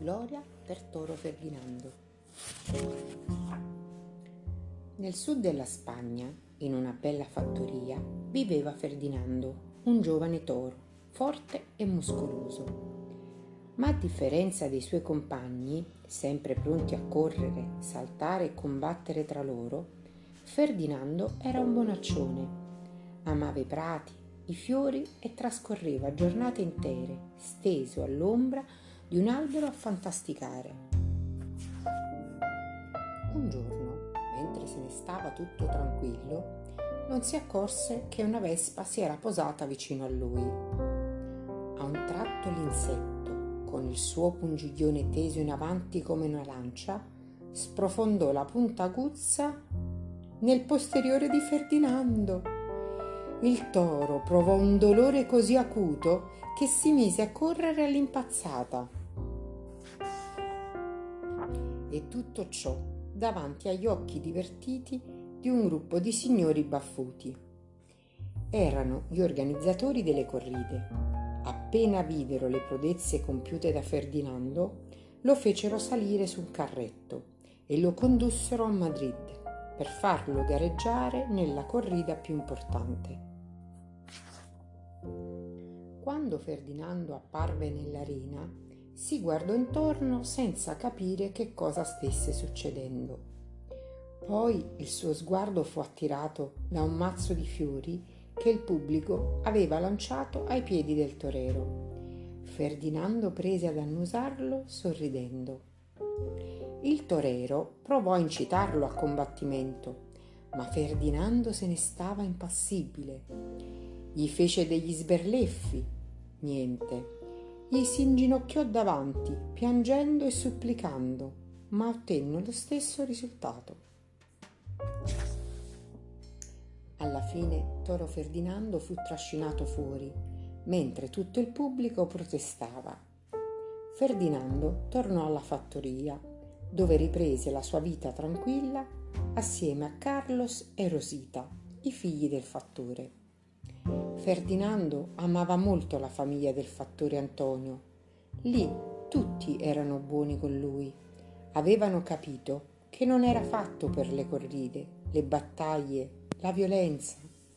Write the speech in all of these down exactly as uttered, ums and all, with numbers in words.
gloria per Toro Ferdinando. Nel sud della Spagna, in una bella fattoria, viveva Ferdinando, un giovane toro, forte e muscoloso. Ma a differenza dei suoi compagni, sempre pronti a correre, saltare e combattere tra loro, Ferdinando era un bonaccione. Amava i prati, i fiori e trascorreva giornate intere steso all'ombra di un albero a fantasticare. Un giorno, mentre se ne stava tutto tranquillo, non si accorse che una vespa si era posata vicino a lui. A un tratto l'insetto, con il suo pungiglione teso in avanti come una lancia, sprofondò la punta aguzza nel posteriore di Ferdinando. Il toro provò un dolore così acuto che si mise a correre all'impazzata. E tutto ciò davanti agli occhi divertiti di un gruppo di signori baffuti. Erano gli organizzatori delle corride. Appena videro le prodezze compiute da Ferdinando, lo fecero salire su un carretto e lo condussero a Madrid per farlo gareggiare nella corrida più importante. Quando Ferdinando apparve nell'arena, si guardò intorno senza capire che cosa stesse succedendo. Poi il suo sguardo fu attirato da un mazzo di fiori che il pubblico aveva lanciato ai piedi del torero. Ferdinando prese ad annusarlo sorridendo. Il torero provò a incitarlo a combattimento, ma Ferdinando se ne stava impassibile. Gli fece degli sberleffi, niente. Gli si inginocchiò davanti, piangendo e supplicando, ma ottenne lo stesso risultato. Alla fine Toro Ferdinando fu trascinato fuori, mentre tutto il pubblico protestava. Ferdinando tornò alla fattoria, dove riprese la sua vita tranquilla assieme a Carlos e Rosita, i figli del fattore. Ferdinando amava molto la famiglia del fattore Antonio. Lì tutti erano buoni con lui. Avevano capito che non era fatto per le corride, le battaglie, la violenza.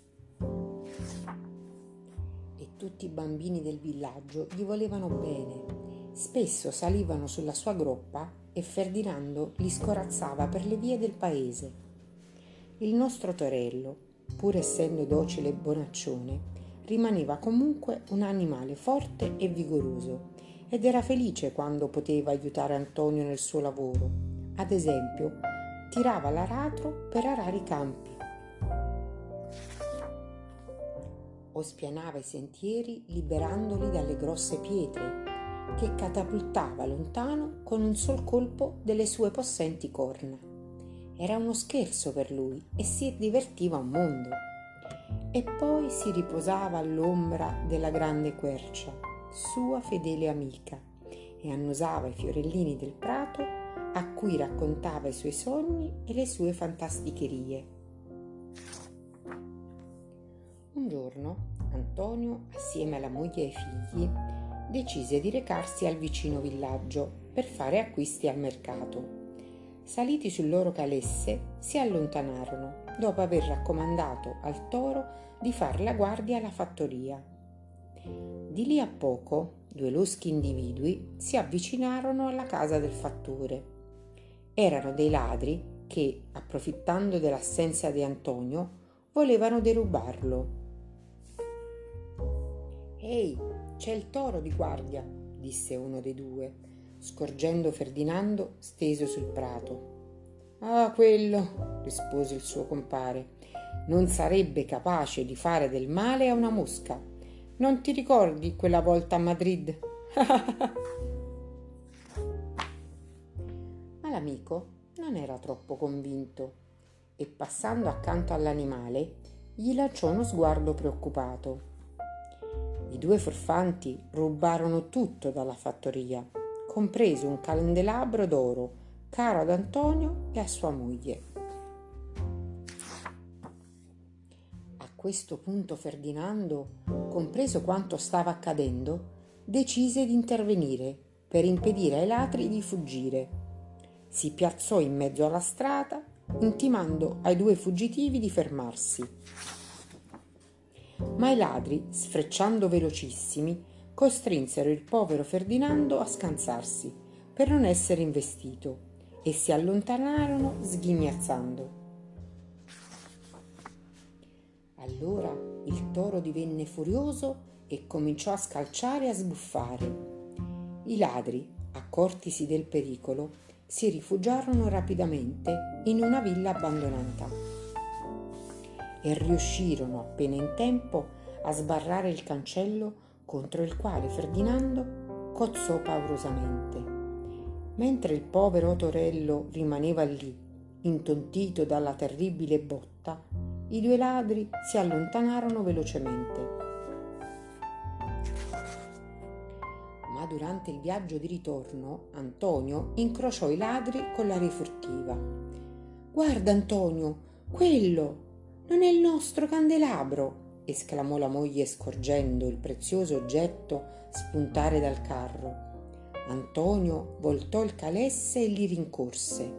E tutti i bambini del villaggio gli volevano bene. Spesso salivano sulla sua groppa e Ferdinando li scorazzava per le vie del paese. Il nostro torello, pur essendo docile e bonaccione, rimaneva comunque un animale forte e vigoroso ed era felice quando poteva aiutare Antonio nel suo lavoro. Ad esempio, tirava l'aratro per arare i campi o spianava i sentieri liberandoli dalle grosse pietre che catapultava lontano con un sol colpo delle sue possenti corna. Era uno scherzo per lui e si divertiva un mondo. E poi si riposava all'ombra della grande quercia, sua fedele amica, e annusava i fiorellini del prato a cui raccontava i suoi sogni e le sue fantasticherie. Un giorno Antonio, assieme alla moglie e ai figli, decise di recarsi al vicino villaggio per fare acquisti al mercato. Saliti sul loro calesse, si allontanarono dopo aver raccomandato al toro di far la guardia alla fattoria. Di lì a poco, due loschi individui si avvicinarono alla casa del fattore. Erano dei ladri che, approfittando dell'assenza di Antonio, volevano derubarlo. «Ehi, c'è il toro di guardia», disse uno dei due, scorgendo Ferdinando steso sul prato. «Ah, quello», rispose il suo compare, «non sarebbe capace di fare del male a una mosca. Non ti ricordi quella volta a Madrid?» Ma l'amico non era troppo convinto e, passando accanto all'animale, gli lanciò uno sguardo preoccupato. I due furfanti rubarono tutto dalla fattoria, compreso un candelabro d'oro caro ad Antonio e a sua moglie. A questo punto Ferdinando, compreso quanto stava accadendo, decise di intervenire per impedire ai ladri di fuggire. Si piazzò in mezzo alla strada, intimando ai due fuggitivi di fermarsi. Ma i ladri, sfrecciando velocissimi, costrinsero il povero Ferdinando a scansarsi per non essere investito e si allontanarono sghignazzando. Allora il toro divenne furioso e cominciò a scalciare e a sbuffare. I ladri, accortisi del pericolo, si rifugiarono rapidamente in una villa abbandonata e riuscirono appena in tempo a sbarrare il cancello contro il quale Ferdinando cozzò paurosamente. Mentre il povero torello rimaneva lì, intontito dalla terribile botta, i due ladri si allontanarono velocemente. Ma durante il viaggio di ritorno, Antonio incrociò i ladri con l'aria furtiva. «Guarda, Antonio, quello non è il nostro candelabro!» esclamò la moglie scorgendo il prezioso oggetto spuntare dal carro. Antonio voltò il calesse e li rincorse.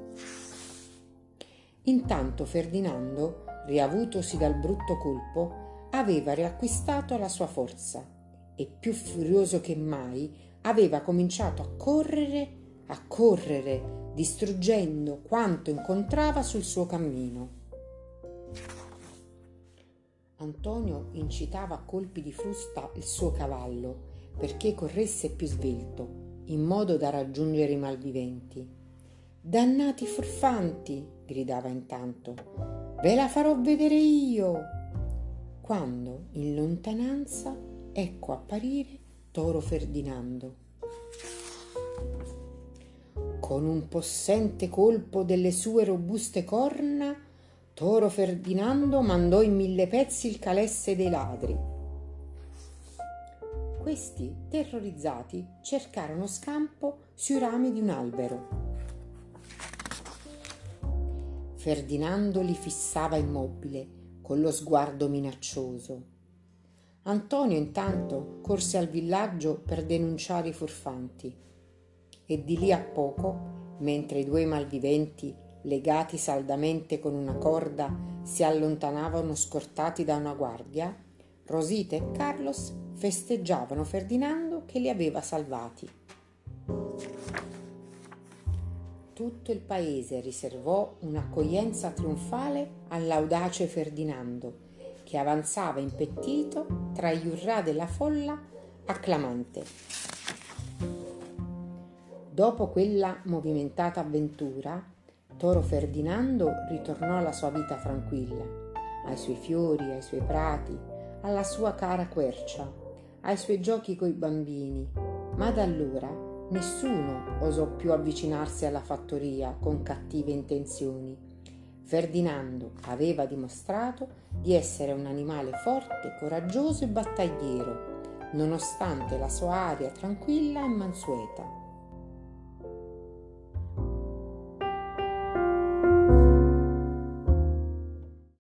Intanto Ferdinando, riavutosi dal brutto colpo, aveva riacquistato la sua forza e, più furioso che mai, aveva cominciato a correre, a correre, distruggendo quanto incontrava sul suo cammino. Antonio incitava a colpi di frusta il suo cavallo perché corresse più svelto, in modo da raggiungere i malviventi. «Dannati furfanti!» gridava intanto. «Ve la farò vedere io!» Quando, in lontananza, ecco apparire Toro Ferdinando. Con un possente colpo delle sue robuste corna, Toro Ferdinando mandò in mille pezzi il calesse dei ladri. Questi, terrorizzati, cercarono scampo sui rami di un albero. Ferdinando li fissava immobile, con lo sguardo minaccioso. Antonio intanto corse al villaggio per denunciare i furfanti e di lì a poco, mentre i due malviventi, legati saldamente con una corda, si allontanavano scortati da una guardia, Rosita e Carlos festeggiavano Ferdinando che li aveva salvati. Tutto il paese riservò un'accoglienza trionfale all'audace Ferdinando, che avanzava impettito tra gli urrà della folla acclamante. Dopo quella movimentata avventura, Toro Ferdinando ritornò alla sua vita tranquilla, ai suoi fiori, ai suoi prati, alla sua cara quercia, ai suoi giochi coi bambini, ma da allora nessuno osò più avvicinarsi alla fattoria con cattive intenzioni. Ferdinando aveva dimostrato di essere un animale forte, coraggioso e battagliero, nonostante la sua aria tranquilla e mansueta.